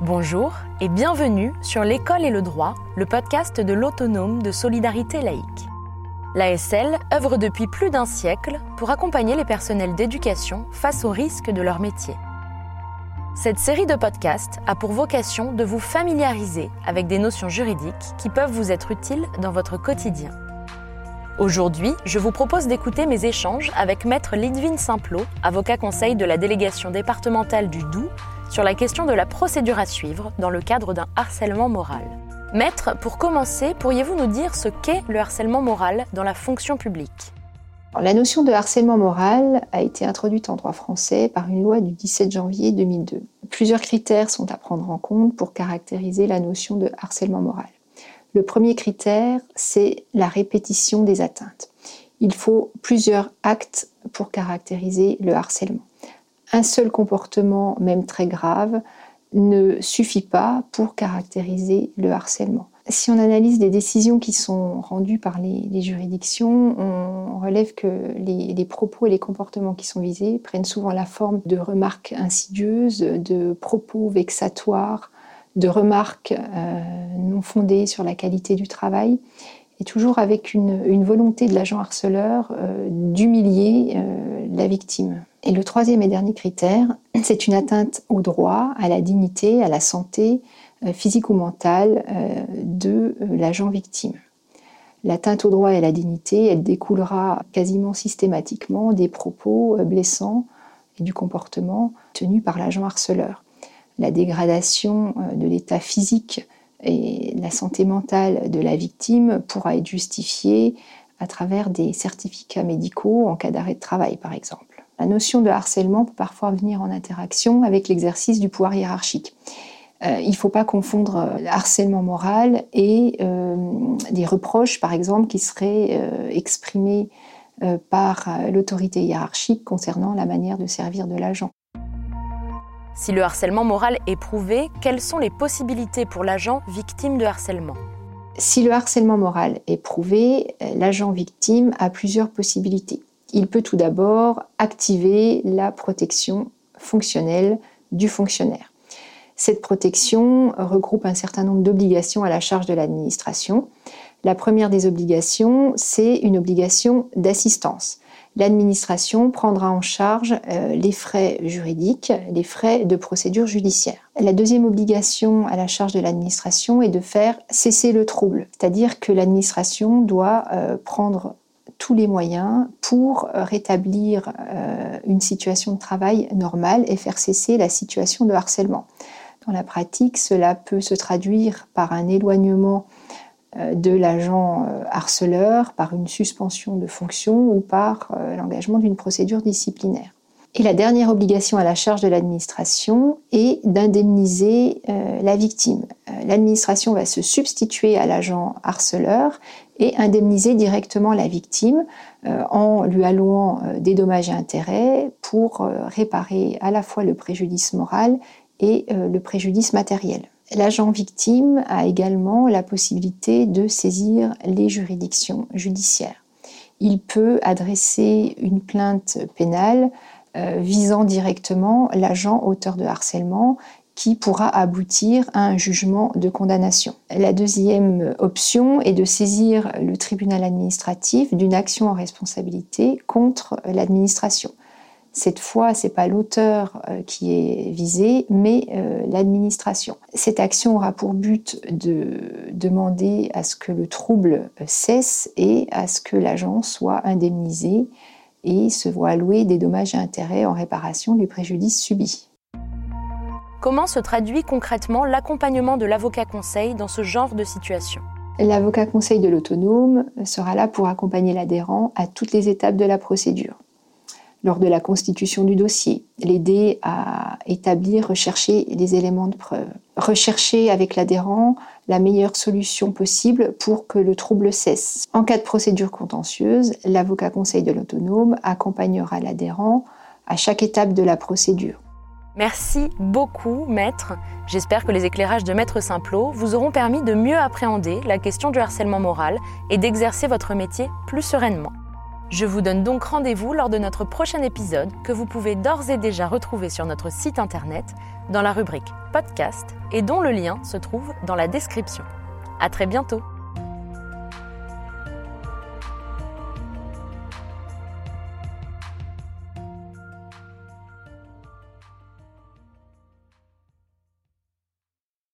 Bonjour et bienvenue sur L'école et le droit, le podcast de l'Autonome de solidarité laïque. L'ASL œuvre depuis plus d'un siècle pour accompagner les personnels d'éducation face aux risques de leur métier. Cette série de podcasts a pour vocation de vous familiariser avec des notions juridiques qui peuvent vous être utiles dans votre quotidien. Aujourd'hui, je vous propose d'écouter mes échanges avec Maître Lidwine Saint-Plot, avocat conseil de la délégation départementale du Doubs, sur la question de la procédure à suivre dans le cadre d'un harcèlement moral. Maître, pour commencer, pourriez-vous nous dire ce qu'est le harcèlement moral dans la fonction publique ? La notion de harcèlement moral a été introduite en droit français par une loi du 17 janvier 2002. Plusieurs critères sont à prendre en compte pour caractériser la notion de harcèlement moral. Le premier critère, c'est la répétition des atteintes. Il faut plusieurs actes pour caractériser le harcèlement. Un seul comportement, même très grave, ne suffit pas pour caractériser le harcèlement. Si on analyse les décisions qui sont rendues par les juridictions, on relève que les propos et les comportements qui sont visés prennent souvent la forme de remarques insidieuses, de propos vexatoires, de remarques non fondées sur la qualité du travail, et toujours avec une volonté de l'agent harceleur d'humilier la victime. Et le troisième et dernier critère, c'est une atteinte au droit, à la dignité, à la santé physique ou mentale de l'agent victime. L'atteinte au droit et à la dignité, elle découlera quasiment systématiquement des propos blessants et du comportement tenu par l'agent harceleur. La dégradation de l'état physique et la santé mentale de la victime pourra être justifiée à travers des certificats médicaux en cas d'arrêt de travail, par exemple. La notion de harcèlement peut parfois venir en interaction avec l'exercice du pouvoir hiérarchique. Il ne faut pas confondre harcèlement moral et des reproches, par exemple, qui seraient exprimés par l'autorité hiérarchique concernant la manière de servir de l'agent. Si le harcèlement moral est prouvé, quelles sont les possibilités pour l'agent victime de harcèlement ? Si le harcèlement moral est prouvé, l'agent victime a plusieurs possibilités. Il peut tout d'abord activer la protection fonctionnelle du fonctionnaire. Cette protection regroupe un certain nombre d'obligations à la charge de l'administration. La première des obligations, c'est une obligation d'assistance. L'administration prendra en charge les frais juridiques, les frais de procédure judiciaire. La deuxième obligation à la charge de l'administration est de faire cesser le trouble, c'est-à-dire que l'administration doit prendre tous les moyens pour rétablir une situation de travail normale et faire cesser la situation de harcèlement. Dans la pratique, cela peut se traduire par un éloignement de l'agent harceleur, par une suspension de fonction ou par l'engagement d'une procédure disciplinaire. Et la dernière obligation à la charge de l'administration est d'indemniser la victime. L'administration va se substituer à l'agent harceleur et indemniser directement la victime en lui allouant des dommages et intérêts pour réparer à la fois le préjudice moral et le préjudice matériel. L'agent victime a également la possibilité de saisir les juridictions judiciaires. Il peut adresser une plainte pénale visant directement l'agent auteur de harcèlement qui pourra aboutir à un jugement de condamnation. La deuxième option est de saisir le tribunal administratif d'une action en responsabilité contre l'administration. Cette fois, ce n'est pas l'auteur qui est visé, mais l'administration. Cette action aura pour but de demander à ce que le trouble cesse et à ce que l'agent soit indemnisé et se voit allouer des dommages et intérêts en réparation du préjudice subi. Comment se traduit concrètement l'accompagnement de l'avocat conseil dans ce genre de situation ? L'avocat conseil de l'Autonome sera là pour accompagner l'adhérent à toutes les étapes de la procédure. Lors de la constitution du dossier, l'aider à établir, rechercher les éléments de preuve. Rechercher avec l'adhérent la meilleure solution possible pour que le trouble cesse. En cas de procédure contentieuse, l'avocat conseil de l'Autonome accompagnera l'adhérent à chaque étape de la procédure. Merci beaucoup, Maître. J'espère que les éclairages de Maître Saint-Plot vous auront permis de mieux appréhender la question du harcèlement moral et d'exercer votre métier plus sereinement. Je vous donne donc rendez-vous lors de notre prochain épisode que vous pouvez d'ores et déjà retrouver sur notre site internet dans la rubrique Podcast et dont le lien se trouve dans la description. À très bientôt!